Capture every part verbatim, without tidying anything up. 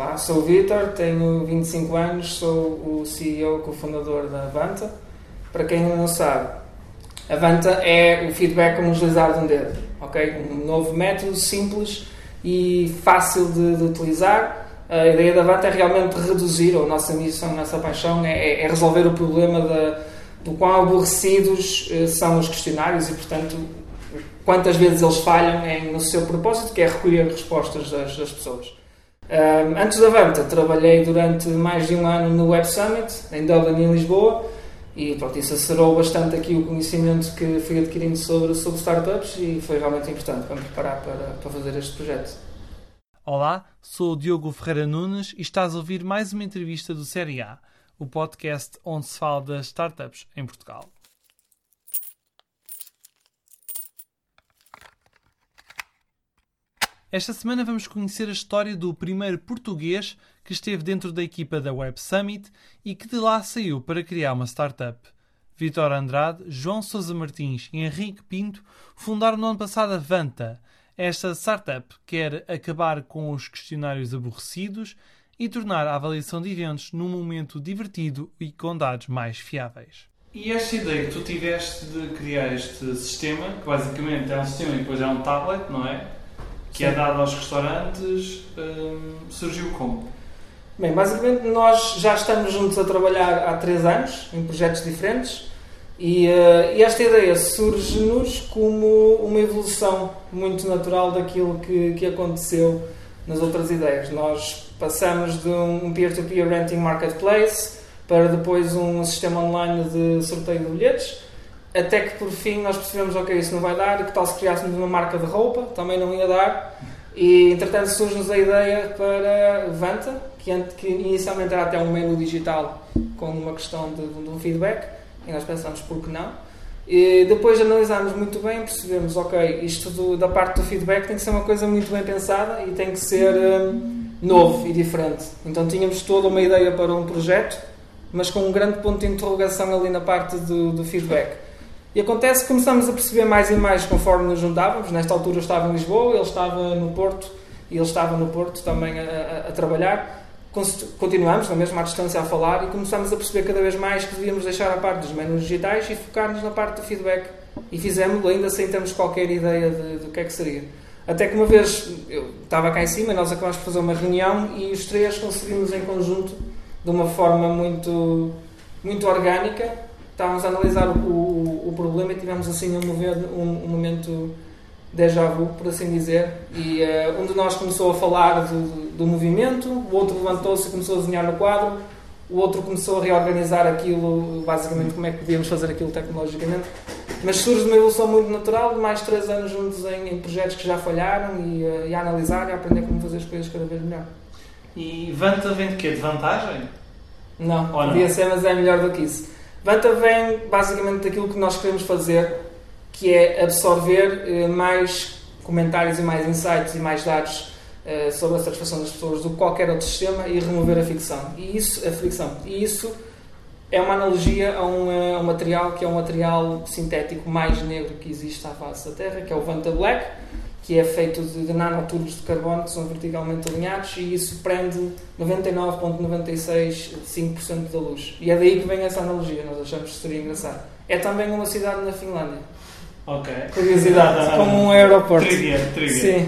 Olá, sou o Vítor, tenho vinte e cinco anos, sou o C E O, cofundador da Vanta. Para quem não sabe, a Vanta é o feedback como deslizar de um dedo, ok? Um novo método simples e fácil de, de utilizar. A ideia da Vanta é realmente reduzir, ou a nossa missão, a nossa paixão é, é resolver o problema da, do quão aborrecidos eh, são os questionários e, portanto, quantas vezes eles falham em, no seu propósito, que é recolher respostas das, das pessoas. Um, antes da Vanta, trabalhei durante mais de um ano no Web Summit, em Dublin, em Lisboa, e pronto, isso acelerou bastante aqui o conhecimento que fui adquirindo sobre, sobre startups e foi realmente importante para me preparar para, para fazer este projeto. Olá, sou o Diogo Ferreira Nunes e estás a ouvir mais uma entrevista do Série A, o podcast onde se fala das startups em Portugal. Esta semana vamos conhecer a história do primeiro português que esteve dentro da equipa da Web Summit e que de lá saiu para criar uma startup. Vítor Andrade, João Sousa Martins e Henrique Pinto fundaram no ano passado a Vanta. Esta startup quer acabar com os questionários aborrecidos e tornar a avaliação de eventos num momento divertido e com dados mais fiáveis. E esta ideia que tu tiveste de criar este sistema, que basicamente é um sistema e depois é um tablet, não é? Que é dado aos restaurantes, hum, surgiu como? Bem, basicamente nós já estamos juntos a trabalhar há três anos, em projetos diferentes, e, uh, e esta ideia surge-nos como uma evolução muito natural daquilo que, que aconteceu nas outras ideias. Nós passamos de um peer-to-peer renting marketplace para depois um sistema online de sorteio de bilhetes, até que por fim nós percebemos, ok, isso não vai dar, e que tal se criássemos uma marca de roupa, também não ia dar, e entretanto surge-nos a ideia para Vanta, que, que inicialmente era até um menu digital com uma questão de, de um feedback, e nós pensamos, por que não? E depois analisámos muito bem, percebemos, ok, isto do, da parte do feedback tem que ser uma coisa muito bem pensada e tem que ser um, novo e diferente. Então tínhamos toda uma ideia para um projeto, mas com um grande ponto de interrogação ali na parte do, do feedback. E acontece que começamos a perceber mais e mais conforme nos juntávamos. Nesta altura eu estava em Lisboa, ele estava no Porto e ele estava no Porto também a, a, a trabalhar. Continuamos na mesma distância a falar e começamos a perceber cada vez mais que devíamos deixar a parte dos menus digitais e focar-nos na parte do feedback. E fizemos-lo ainda sem termos qualquer ideia de, de o que é que seria. Até que uma vez eu estava cá em cima e nós acabámos de fazer uma reunião e os três conseguimos em conjunto, de uma forma muito, muito orgânica, estávamos a analisar o, o, o problema e tivemos assim um, um, um momento déjà vu, por assim dizer, e uh, um de nós começou a falar do, do movimento, o outro levantou-se e começou a desenhar no quadro, o outro começou a reorganizar aquilo, basicamente como é que podíamos fazer aquilo tecnologicamente, mas surge uma evolução muito natural de mais três anos juntos em, em projetos que já falharam e, uh, e a analisar e a aprender como fazer as coisas cada vez melhor. E Vanta vem de quê? De vantagem? Não, podia ser, mas é melhor do que isso. Vanta vem basicamente daquilo que nós queremos fazer, que é absorver eh, mais comentários e mais insights e mais dados eh, sobre a satisfação das pessoas do que qualquer outro sistema e remover a ficção. E isso, a fricção. E isso é uma analogia a um, a um material que é um material sintético mais negro que existe à face da Terra, que é o Vanta Black, que é feito de, de nanotubos de carbono que são verticalmente alinhados e isso prende noventa e nove vírgula noventa e seis cinco por cento da luz. E é daí que vem essa analogia, nós achamos que seria engraçado. É também uma cidade na Finlândia. Ok. Curiosidade, como um aeroporto. Trivia, trivia. Sim.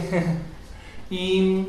E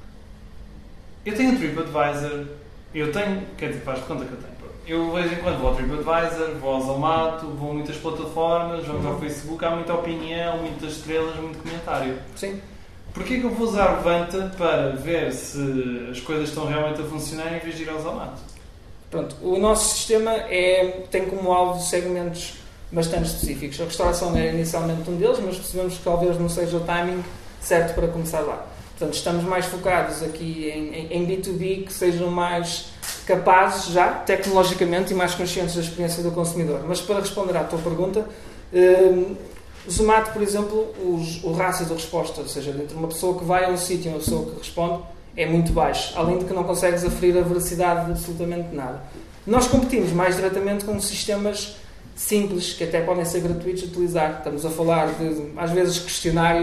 eu tenho um TripAdvisor, eu tenho, quer dizer, faz de conta que eu tenho. Eu de vez em quando vou ao TripAdvisor, vou ao Zomato, vou a muitas plataformas, vamos uhum. ao Facebook, há muita opinião, muitas estrelas, muito comentário. Sim. Porquê que eu vou usar o Vanta para ver se as coisas estão realmente a funcionar em vez de ir ao Zomato? Pronto, o nosso sistema é, tem como alvo segmentos bastante específicos. A restauração é inicialmente um deles, mas percebemos que talvez não seja o timing certo para começar lá. Portanto, estamos mais focados aqui em, em, em B dois B, que sejam mais capazes já, tecnologicamente, e mais conscientes da experiência do consumidor. Mas para responder à tua pergunta, um, o Zomato, por exemplo, os, o rácio de resposta, ou seja, entre uma pessoa que vai a um sítio e uma pessoa que responde, é muito baixo, além de que não consegues aferir a veracidade de absolutamente nada. Nós competimos mais diretamente com sistemas simples, que até podem ser gratuitos de utilizar. Estamos a falar de, às vezes, questionários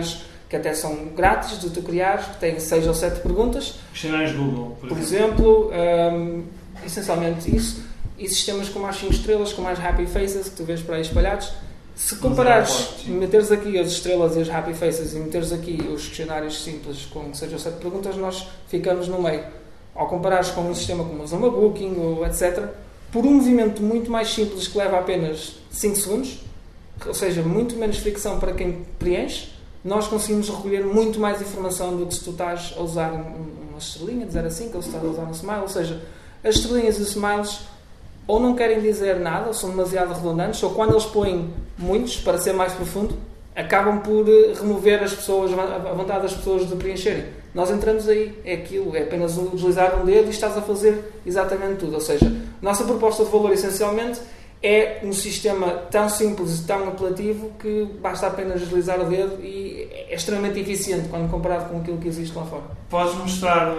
que até são grátis de tu criar, que têm seis ou sete perguntas. Questionários Google, por, por exemplo. Um, essencialmente isso. E sistemas com mais cinco estrelas, com mais happy faces, que tu vês por aí espalhados. Se comparares, meteres aqui as estrelas e as happy faces e meteres aqui os questionários simples com seis ou sete perguntas, nós ficamos no meio. Ao comparares com um sistema como o Zoma Booking ou etcétera, por um movimento muito mais simples que leva apenas cinco segundos, ou seja, muito menos fricção para quem preenche, nós conseguimos recolher muito mais informação do que se tu estás a usar uma estrelinha de zero a cinco ou se estás a usar um smile. Ou seja, as estrelinhas e os smiles ou não querem dizer nada, ou são demasiado redundantes, ou quando eles põem muitos para ser mais profundo, acabam por remover as pessoas, a vontade das pessoas de preencherem. Nós entramos aí, é aquilo, é apenas deslizar um dedo e estás a fazer exatamente tudo. Ou seja, a nossa proposta de valor essencialmente é um sistema tão simples e tão apelativo que basta apenas deslizar o dedo e é extremamente eficiente quando comparado com aquilo que existe lá fora. Podes mostrar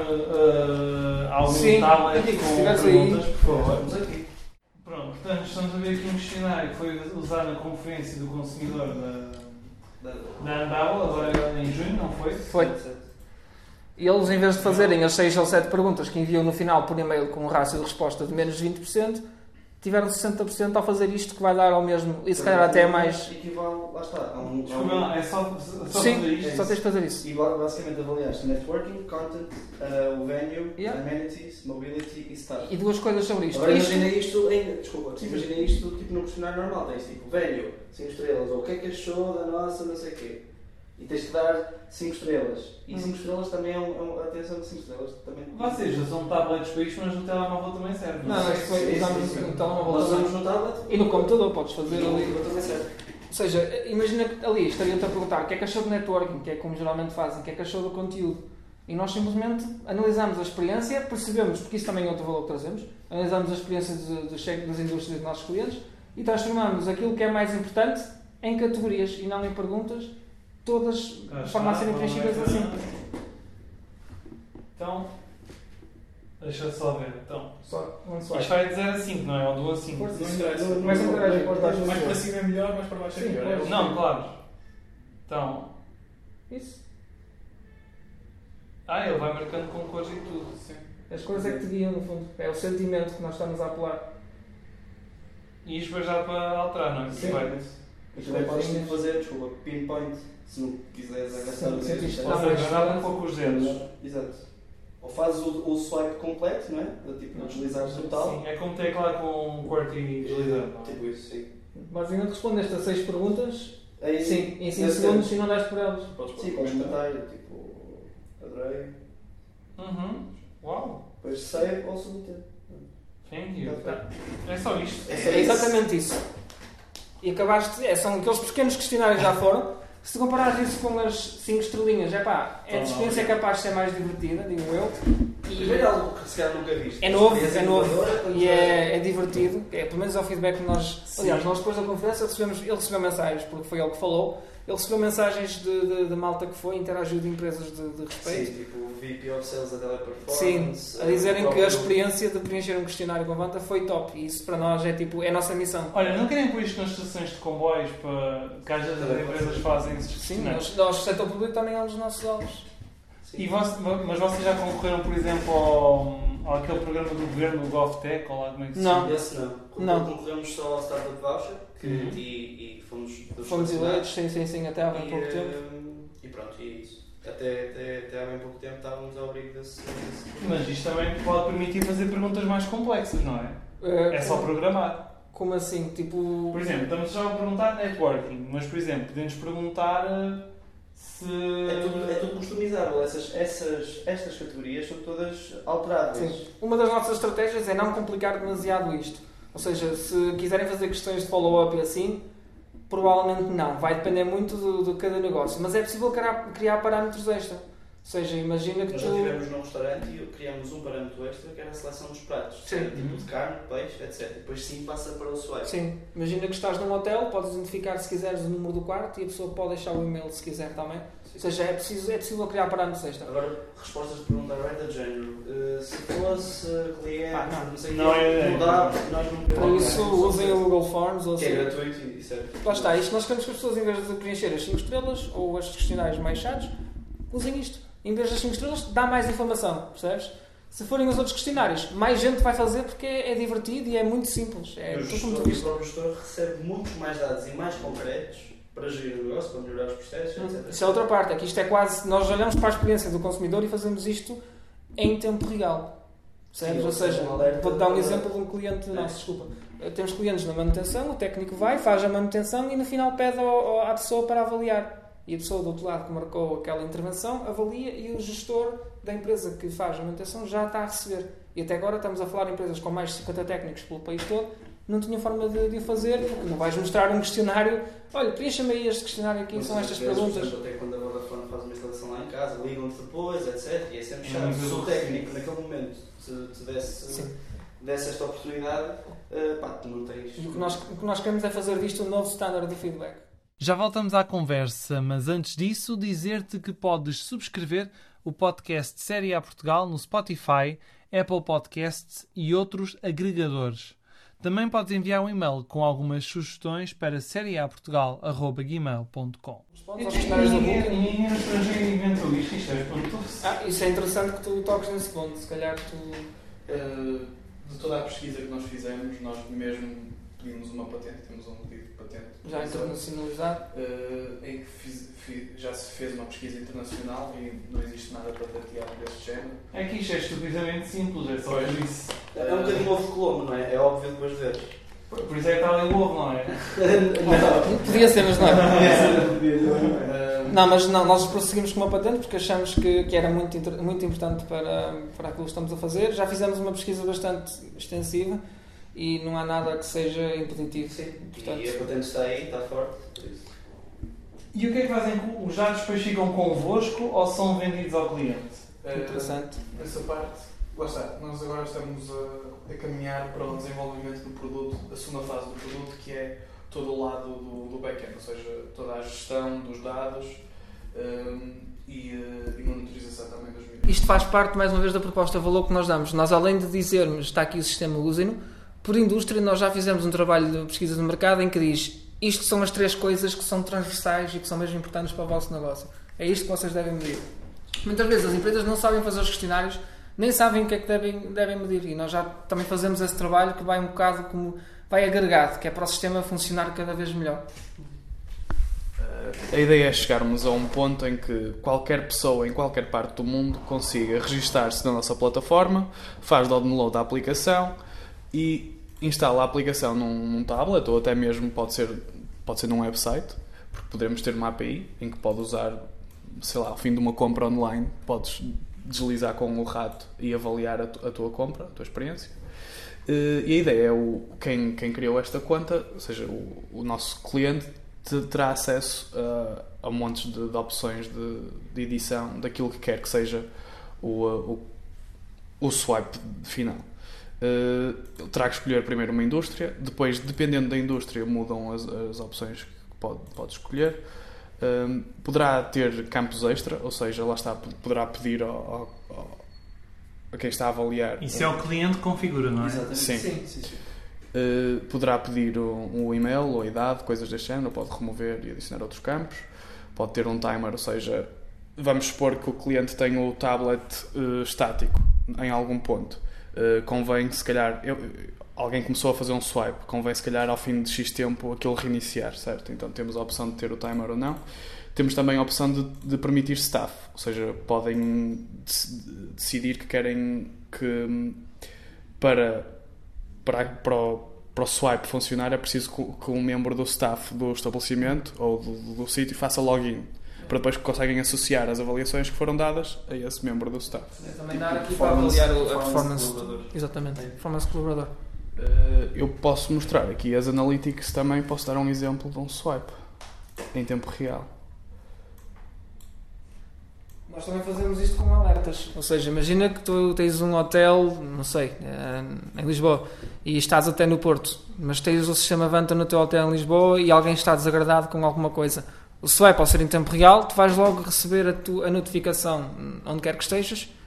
uh, algum Sim, tablet aqui, com perguntas, aí, por favor? Vamos aqui. Pronto, portanto, estamos a ver aqui um questionário que foi usado na conferência do consumidor da, da Andal, agora em junho, não foi? Foi. E eles, em vez de fazerem as seis ou sete perguntas que enviam no final por e-mail com um rácio de resposta de menos de vinte por cento, tiveram sessenta por cento ao fazer isto, que vai dar ao mesmo, e se calhar até mais... Equivale, lá está. Há um, Desculpa, há um... é só, só Sim, fazer isto? só tens de fazer isso. E basicamente avaliaste networking, content, uh, o venue, Yeah. amenities, mobility e staff. E duas coisas sobre isto. Agora isto... imagina isto, em, desculpa, imagina isto tipo no questionário normal, tens tipo venue, cinco estrelas, ou o que é que achou da nossa, não sei o quê. E tens que dar cinco estrelas. E cinco Hum. estrelas também é um, é um atenção de cinco estrelas. Também... Vocês já são tablets para isto, mas no telemóvel também serve. Não, não, isto foi usamos no telemóvel. Nós usamos no tablet E no computador, podes fazer e no ali. computador também serve. Ou seja, imagina que ali estariam-te a perguntar o que é que achou do networking, que é como geralmente fazem, o que é que achou do conteúdo. E nós simplesmente analisamos a experiência, percebemos, porque isso também é outro valor que trazemos, analisamos a experiência de, de, de, das indústrias dos nossos clientes e transformamos aquilo que é mais importante em categorias e não em perguntas, todas de forma a serem preenchidas assim. Então, deixa só ver. Então, Só um isto vai de zero a cinco, não é? Ou do a cinco. Não interessa. Não vai ser interagir, pode dar Mais para cima é melhor, mais para baixo é Sim, melhor. pode. Não, claro. Então, Isso. ah, ele vai marcando com cores e tudo. Sim. As coisas é que te guiam, no fundo. É o sentimento que nós estamos a apelar. E isto vai já para alterar, não é? Sim. Perfeito. E também podes tipo, fazer, desculpa, pinpoint, se não quiseres agastar o Sim, dedo. sim, Ou seja, dá um pouco os dedos. Exato. Ou fazes o, o swipe completo, não é? De, tipo, deslizares total. Sim, é como teclar com um QWERTY deslizado, não é? Tipo isso, sim. Basicamente respondeste a seis perguntas, Aí, sim, em cinco nesse segundos tempo. e não deste por elas. Podes Sim, pôr podes comentário. comentar, tipo, adorei. Uhum. Uau. Depois save ou submeter. Thank you. É só isto. É exatamente isso. E acabaste, é, são aqueles pequenos questionários já foram. Se comparares isso com as cinco estrelinhas, é pá, a experiência é capaz de ser mais divertida, digo eu. Primeiro é algo que se calhar nunca viste. É novo, é novo e é, é divertido. É, pelo menos é o feedback que nós. Sim. Aliás, nós depois da conferência recebemos, ele recebeu mensagens, porque foi ele que falou. Ele recebeu mensagens de, de, de malta que foi, interagiu de empresas de, de respeito. Sim, tipo o V P of Sales da Sim, Teleperformance. a dizerem o que a próprio- experiência de preencher um questionário com Vanta foi top. E isso para nós é tipo, é a nossa missão. Olha, não querem pôr isto nas estações de comboios para que às vezes as empresas fazem esses Sim, questionários? nós, nós, o setor público também é um dos nossos alvos. Sim. E você, mas vocês já concorreram, por exemplo, ao, àquele programa do governo, o GovTech, ou lá como é que se Não. chama? Esse não. Não. Concorremos só ao Startup Voucher que, Uhum. e, e fomos, Fomos selecionados. eleitos, sim, sim, sim, até há bem E, pouco tempo. hum, e pronto, e é isso. Até, até, até há bem pouco tempo estávamos ao abrigo desse. desse... Mas isto também pode permitir fazer perguntas mais complexas, não é? Eh, É só como- programar. Como assim? Tipo. Por exemplo, estamos já a perguntar networking, mas, por exemplo, podemos perguntar eh, se... É tudo, é tudo customizável. Essas, essas, estas categorias são todas alteráveis. Sim. Uma das nossas estratégias é não complicar demasiado isto. Ou seja, se quiserem fazer questões de follow-up e assim, provavelmente não. Vai depender muito de, de cada negócio. Mas é possível criar, criar parâmetros extra. Ou seja, imagina que Nós tu... já estivemos num restaurante e criámos um parâmetro extra que era a seleção dos pratos. Sim. Era tipo de carne, peixe, etcétera. Depois sim passa para o swipe. Sim. Imagina que estás num hotel, podes identificar se quiseres o número do quarto e a pessoa pode deixar o e-mail se quiser também. Ou seja, é, preciso, é possível criar parâmetros extra. Agora, respostas de pergunta aberta de género. se fosse cliente, Ah, não, não sei o não quê, é- não dá, nós não Por podemos. isso, usem o Google Forms ou Que é assim. gratuito e certo. Lá está, isto nós queremos que as pessoas, em vez de preencher as cinco estrelas ou estes questionários mais chatos, usem isto. Em vez das cinco estrelas, dá mais informação, percebes? Se forem os outros questionários, mais gente vai fazer porque é, é divertido e é muito simples. É o, tudo como gestor, tu o viste. próprio gestor recebe muitos mais dados e mais concretos para gerir o negócio, para melhorar os processos, etcétera. Isso é outra parte, é que isto é quase. Nós olhamos para a experiência do consumidor e fazemos isto em tempo real. Percebes? Sim, Ou seja, um alerta vou-te dar um para- exemplo de um cliente É. nosso, desculpa. Temos clientes na manutenção, o técnico vai, faz a manutenção e no final pede ao- ao- à pessoa para avaliar. E a pessoa do outro lado que marcou aquela intervenção avalia e o gestor da empresa que faz a manutenção já está a receber. E até agora estamos a falar de empresas com mais de cinquenta técnicos pelo país todo, não tinham forma de, de o fazer, porque não vais mostrar um questionário. Olha, preencha-me aí este questionário aqui, são estas Muitas vezes, perguntas. por exemplo, até quando a Vodafone faz uma instalação lá em casa, ligam-te depois, etcétera. E é sempre chato. Muito Se o bom. técnico naquele momento te, te desse, Sim. desse esta oportunidade, uh, pá, tu não tens. E o que, nós, o que nós queremos é fazer disto um novo standard de feedback. Já voltamos à conversa, mas antes disso, dizer-te que podes subscrever o podcast Série A Portugal no Spotify, Apple Podcasts e outros agregadores. Também podes enviar um e-mail com algumas sugestões para serieaportugal arroba gmail ponto com. Respondes aos questionários da Booking. Ninguém no estrangeiro inventou isto, isto é ponto. Ah, isso é interessante que tu toques nesse ponto. Se calhar tu. Uh, de toda a pesquisa que nós fizemos, nós mesmo pedimos uma patente, temos um pedido de patente. Já internacionalizado. Uh, em que fiz, fiz, já se fez uma pesquisa internacional e não existe nada patenteado deste género. É que isto é estupidamente simples, é só Pois. por isso. É um bocadinho ovo colombo, não é? É óbvio depois de ver. Por isso é que está ali o ovo, não é? não. Podia ser, mas não é. Uh, Não, mas não, nós prosseguimos com uma patente porque achamos que, que era muito, inter- muito importante para, para aquilo que estamos a fazer. Já fizemos uma pesquisa bastante extensiva e não há nada que seja impeditivo. Sim. Portanto, E a patente está aí, está forte. Por isso. E o que é que fazem? com- Os dados depois ficam convosco ou são vendidos ao cliente? uh, interessante. Essa parte, lá está, nós agora estamos a, a caminhar para o desenvolvimento do produto, a segunda fase do produto, que é todo o lado do, do back-end, ou seja, toda a gestão dos dados um, e, uh, e monitorização também das mídias. Isto faz parte, mais uma vez, da proposta de valor que nós damos. Nós, além de dizermos está aqui o sistema, usem-no, por indústria, nós já fizemos um trabalho de pesquisa de mercado em que diz isto são as três coisas que são transversais e que são mesmo importantes para o vosso negócio. É isto que vocês devem medir. Muitas vezes as empresas não sabem fazer os questionários, nem sabem o que é que devem, devem medir. E nós já também fazemos esse trabalho que vai um bocado como vai agregado, que é para o sistema funcionar cada vez melhor. A ideia é chegarmos a um ponto em que qualquer pessoa em qualquer parte do mundo consiga registar-se na nossa plataforma, faz download da aplicação e instala a aplicação num, num tablet ou até mesmo pode ser, pode ser num website, porque poderemos ter uma A P I em que pode usar, sei lá, ao fim de uma compra online, podes deslizar com o rato e avaliar a, tu, a tua compra, a tua experiência. Uh, e a ideia é o, quem, quem criou esta conta, ou seja, o, o nosso cliente te, terá acesso a, a montes de, de opções de, de edição daquilo que quer que seja o, o, o swipe final. Uh, terá que escolher primeiro uma indústria, depois, dependendo da indústria, mudam as, as opções que pode, pode escolher. Um, poderá ter campos extra, ou seja, lá está, poderá pedir ao, ao, ao, a quem está a avaliar. Isso é o cliente que configura, não é? Exatamente. Sim. Sim, sim, sim. Uh, poderá pedir um, um e-mail ou a idade, coisas deste género, pode remover e adicionar outros campos. Pode ter um timer, ou seja, vamos supor que o cliente tem o tablet uh, estático em algum ponto. Uh, convém, se calhar, eu, alguém começou a fazer um swipe, convém, se calhar, ao fim de X tempo, aquilo reiniciar, certo? Então temos a opção de ter o timer ou não. Temos também a opção de, de permitir staff, ou seja, podem decidir que querem que para, para, para, o, para o swipe funcionar é preciso que um membro do staff do estabelecimento ou do, do, do sítio faça login, para depois que conseguem associar as avaliações que foram dadas a esse membro do staff. É também dar aqui para avaliar o- a performance. Exatamente, performance colaborador. Uh, eu posso mostrar aqui as analytics também, posso dar um exemplo de um swipe em tempo real. Nós também fazemos isto com alertas. Ou seja, imagina que tu tens um hotel, não sei, em Lisboa, e estás até no Porto, mas tens o sistema Vanta no teu hotel em Lisboa e alguém está desagradado com alguma coisa. O swipe, ao ser em tempo real, tu vais logo receber a, tu, a notificação onde quer que estejas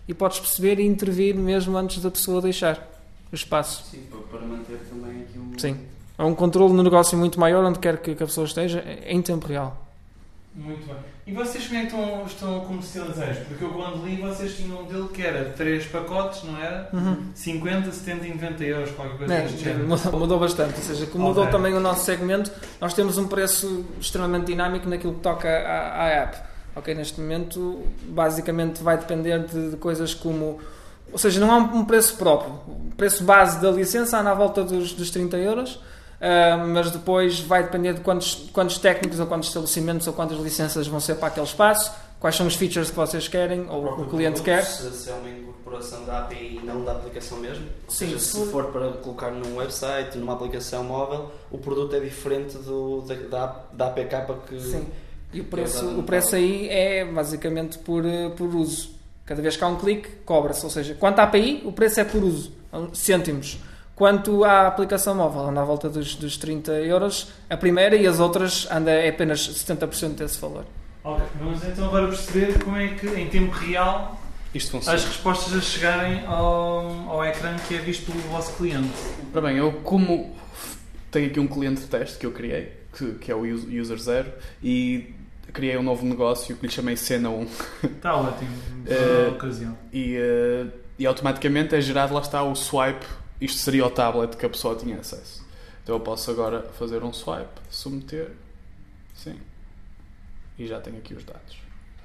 e podes perceber e intervir mesmo antes da pessoa deixar o espaço. Sim, para manter também aqui um... Sim. É um controle no negócio muito maior, onde quer que a pessoa esteja, em tempo real. Muito bem. E vocês como é que estão, estão a comercializar isto? Porque eu quando li, vocês tinham um modelo que era três pacotes, não era? Uhum. cinquenta, setenta e noventa euros, qualquer coisa É, deste género. mudou, mudou bastante, ou seja, que mudou Ok. também o nosso segmento. Nós temos um preço extremamente dinâmico naquilo que toca à, à app. Ok, neste momento, basicamente vai depender de, de coisas como... Ou seja, não há um preço próprio. O preço base da licença anda à volta dos, dos trinta euros, uh, mas depois vai depender de quantos, quantos técnicos ou quantos estabelecimentos ou quantas licenças vão ser para aquele espaço, quais são os features que vocês querem ou o cliente quer. Se, se é uma incorporação da A P I e não da aplicação mesmo, ou Sim, seja, se se for- for para colocar num website, numa aplicação móvel, o produto é diferente do, da, da, da A P K que... Sim. E o preço, Eu já- o preço aí é basicamente por, eh, por uso. Cada vez que há um clique, cobra-se. Ou seja, quanto à A P I, o preço é por uso, cêntimos. Quanto à aplicação móvel, anda à volta dos, dos trinta euros a primeira e as outras anda é apenas setenta por cento desse valor. Ok, vamos então agora perceber como é que em tempo real Isto funciona. as respostas a chegarem ao, ao ecrã que é visto pelo vosso cliente. Ora bem, eu como tenho aqui um cliente de teste que eu criei, que, que é o Us- User Zero, e criei um novo negócio que lhe chamei Cena um. Está ótimo, Eh, na ocasião. E, eh, e automaticamente é gerado, lá está, o swipe. Isto seria o tablet que a pessoa tinha acesso. Então eu posso agora fazer um swipe, submeter, sim, e já tenho aqui os dados.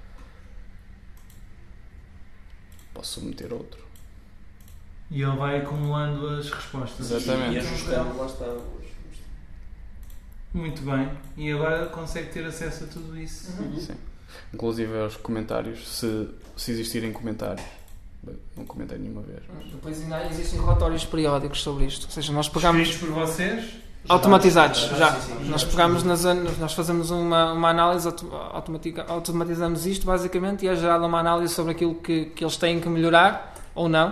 Posso submeter outro. E ele vai acumulando as respostas. Exatamente. E ajustando, lá está. os- os- Muito bem. E agora consegue ter acesso a tudo isso. Sim. Inclusive aos comentários, se, se existirem comentários. Bem, não comentei nenhuma vez. Mas... Depois ainda existem relatórios periódicos sobre isto. Ou seja, nós pegamos... Escritos por vocês? Automatizados, Já, já. sim, sim, Nós já. pegamos nas an- nós fazemos uma, uma análise, auto- automatica- automatizamos isto basicamente e é gerada uma análise sobre aquilo que, que eles têm que melhorar ou não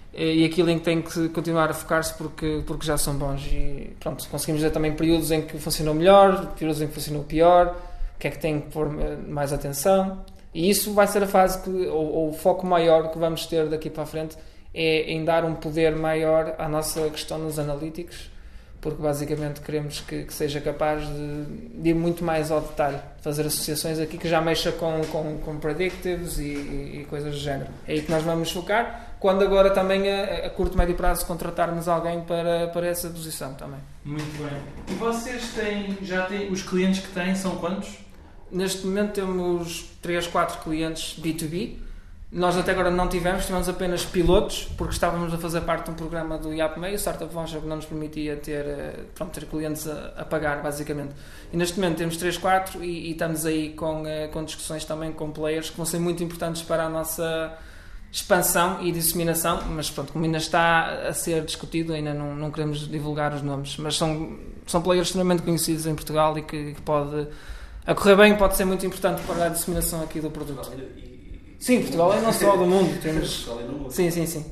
e aquilo em que têm que continuar a focar-se porque, porque já são bons. E pronto, conseguimos ver também períodos em que funcionou melhor, períodos em que funcionou pior, o que é que tem que pôr eh, mais atenção. E isso vai ser a fase que, ou, ou o foco maior que vamos ter daqui para a frente é em dar um poder maior à nossa questão nos analíticos, porque basicamente queremos que, que seja capaz de, de ir muito mais ao detalhe, fazer associações aqui que já mexa com, com, com predictives e, e, e coisas do género. É aí que nós vamos focar, quando agora também a, a curto e médio prazo contratarmos alguém para, para essa posição também. Muito bem. E vocês têm, já têm, os clientes que têm são quantos? Neste momento temos três, quatro clientes B dois B. Nós até agora não tivemos, tivemos apenas pilotos, porque estávamos a fazer parte de um programa do I A P M E I, o Startup Voucher, que não nos permitia ter, eh, pronto, ter clientes a, a pagar, basicamente. E neste momento temos três, quatro e, e estamos aí com, eh, com discussões também com players que vão ser muito importantes para a nossa expansão e disseminação, mas pronto, como ainda está a ser discutido, ainda não, não queremos divulgar os nomes, mas são, são players extremamente conhecidos em Portugal e que, que pode, a correr bem, pode ser muito importante para a disseminação aqui do produto. E- Sim, Portugal é não só do mundo, temos... Portugal é no mundo. Sim, sim, sim.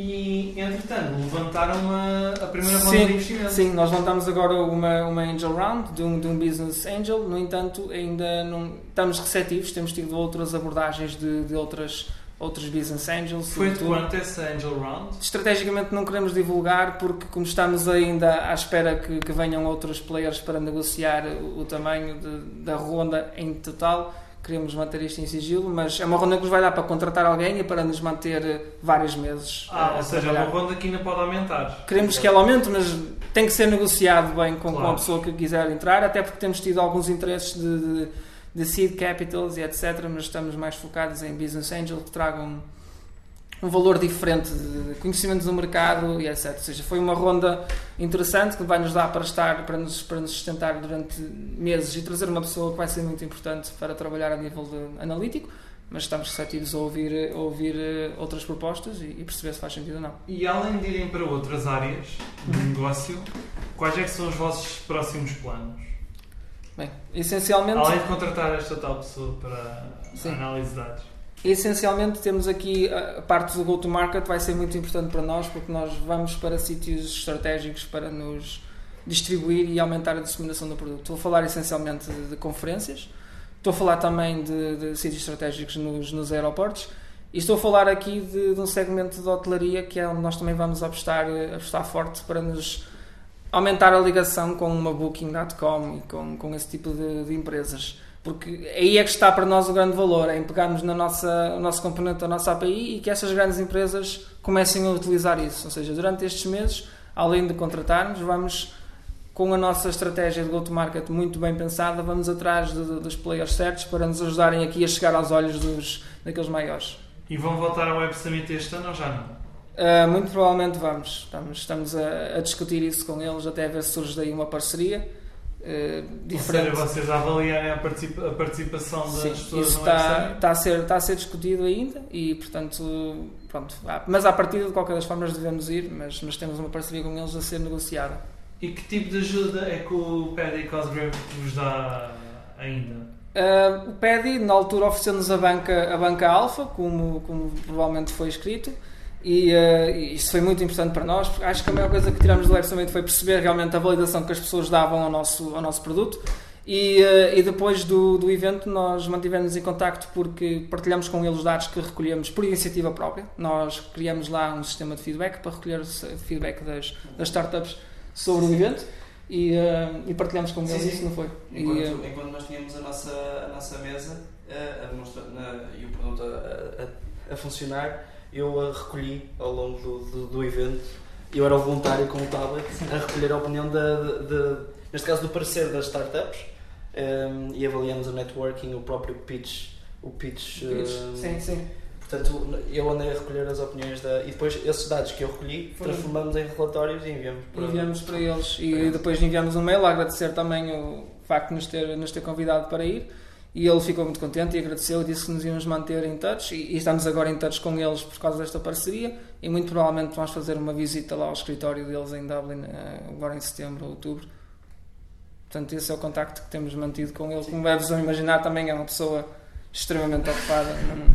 E, entretanto, levantaram uma, a primeira ronda Sim, de investimento. Sim, nós lançamos agora uma, uma Angel Round de um, de um Business Angel, no entanto, ainda não estamos receptivos, temos tido outras abordagens de, de outras, outros Business Angels. Foi e de tudo. quanto essa Angel Round? Estrategicamente não queremos divulgar porque como estamos ainda à espera que, que venham outros players para negociar o, o tamanho de, da ronda em total, queremos manter isto em sigilo, mas é uma ronda que nos vai dar para contratar alguém e para nos manter vários meses. Ah, a ou seja, é trabalhar. uma ronda que ainda pode aumentar. Queremos que ela aumente, mas tem que ser negociado bem com, Claro. com a pessoa que quiser entrar, até porque temos tido alguns interesses de, de, de seed capitals e etcétera, mas estamos mais focados em business angel que tragam um valor diferente de conhecimentos do mercado e etcétera. Ou seja, foi uma ronda interessante que vai nos dar para estar, para nos, para nos sustentar durante meses e trazer uma pessoa que vai ser muito importante para trabalhar a nível de analítico, mas estamos receptivos a ouvir, a ouvir eh, outras propostas e, e perceber se faz sentido ou não. E além de irem para outras áreas do negócio, quais é que são os vossos próximos planos? Bem, essencialmente... Além de contratar esta tal pessoa para Sim. a análise de dados. Essencialmente temos aqui a parte do go-to-market, vai ser muito importante para nós porque nós vamos para sítios estratégicos para nos distribuir e aumentar a disseminação do produto. Estou a falar essencialmente de, de conferências, estou a falar também de, de sítios estratégicos nos, nos aeroportos E estou a falar aqui de, de um segmento de hotelaria que é onde nós também vamos apostar, apostar forte para nos aumentar a ligação com uma Booking ponto com e com, com esse tipo de, de empresas. Porque aí é que está para nós o grande valor, é em pegarmos na nossa, o nosso componente da nossa A P I e que essas grandes empresas comecem a utilizar isso. Ou seja, durante estes meses, além de contratarmos, vamos, com a nossa estratégia de go-to-market muito bem pensada, vamos atrás de, de, dos players certos para nos ajudarem aqui a chegar aos olhos dos, daqueles maiores. E vão voltar ao Web Summit este ano ou já não? Uh, muito provavelmente vamos. Estamos, estamos a, a discutir isso com eles, até a ver se surge daí uma parceria. Uh, diferente. Ou seja, vocês avaliarem a, participa- a participação das Sim, pessoas isso no está, Web Summit? está, a ser, está a ser discutido ainda e, portanto, pronto. Mas à partida, de qualquer das formas, devemos ir, mas, mas temos uma parceria com eles a ser negociada. E que tipo de ajuda é que o Paddy Cosgrave vos dá ainda? Uh, o Paddy, na altura, ofereceu-nos a banca, a banca Alpha, como, como provavelmente foi escrito, e uh, isso foi muito importante para nós, porque acho que a maior coisa que tiramos do Web Summit foi perceber realmente a validação que as pessoas davam ao nosso, ao nosso produto. E, uh, e depois do, do evento nós mantivemos em contacto porque partilhamos com eles dados que recolhemos por iniciativa própria. Nós criamos lá um sistema de feedback para recolher feedback das, das startups sobre o evento e, uh, e partilhamos com eles, sim, isso não foi. Enquanto, e, uh, enquanto nós tínhamos a nossa, a nossa mesa a, a demonstra, na, e o produto a, a, a funcionar, eu a recolhi ao longo do, do, do evento. Eu era o voluntário com o tablet a recolher a opinião, da, de, de, neste caso, do parecer das startups, um, e avaliamos o networking, o próprio pitch. O pitch, pitch. Um, sim, sim. Portanto, eu andei a recolher as opiniões da... E depois, esses dados que eu recolhi, transformamos em relatórios e enviamos para, enviamos para eles. E depois enviamos um mail a agradecer também o facto de nos ter, nos ter convidado para ir. E ele ficou muito contente e agradeceu e disse que nos íamos manter em touch. E, e estamos agora em touch com eles por causa desta parceria. E muito provavelmente vamos fazer uma visita lá ao escritório deles em Dublin, agora em setembro ou outubro. Portanto, esse é o contacto que temos mantido com ele. Como deves imaginar, também é uma pessoa extremamente ocupada.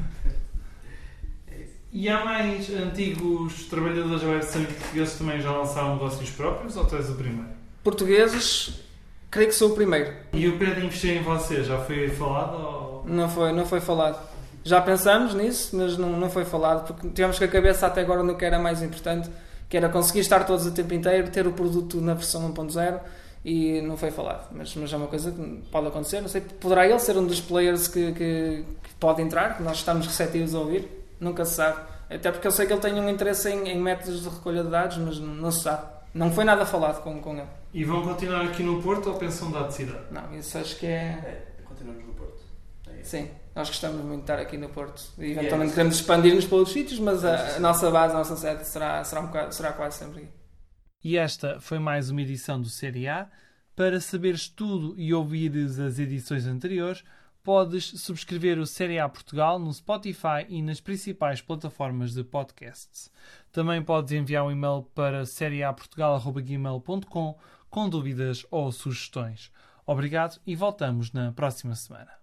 E há mais antigos trabalhadores da Web Summit portugueses que também já lançaram negócios próprios ou tu és o primeiro? Portugueses, creio que sou o primeiro. E o pé de investir em você já foi falado? Ou... Não foi, não foi falado. Já pensamos nisso, mas não, não foi falado, porque tivemos com a cabeça até agora no que era mais importante, que era conseguir estar todos o tempo inteiro, ter o produto na versão um ponto zero, e não foi falado. Mas, mas é uma coisa que pode acontecer. Não sei, poderá ele ser um dos players que, que, que pode entrar, que nós estamos receptivos a ouvir. Nunca se sabe. Até porque eu sei que ele tem um interesse em, em métodos de recolha de dados, mas não, não se sabe. Não foi nada falado com, com ele. E vão continuar aqui no Porto ou pensam mudar de cidade? Não, isso acho que é... É, continuamos no Porto. É Sim, nós gostamos muito de estar aqui no Porto. E eventualmente yeah. queremos expandir-nos para outros sítios, mas a, a nossa base, a nossa sede será, será, um bocado, será quase sempre aqui. E esta foi mais uma edição do Série A. Para saberes tudo e ouvires as edições anteriores, podes subscrever o Série A Portugal no Spotify e nas principais plataformas de podcasts. Também podes enviar um e-mail para serieaportugal arroba gmail ponto com com dúvidas ou sugestões. Obrigado e voltamos na próxima semana.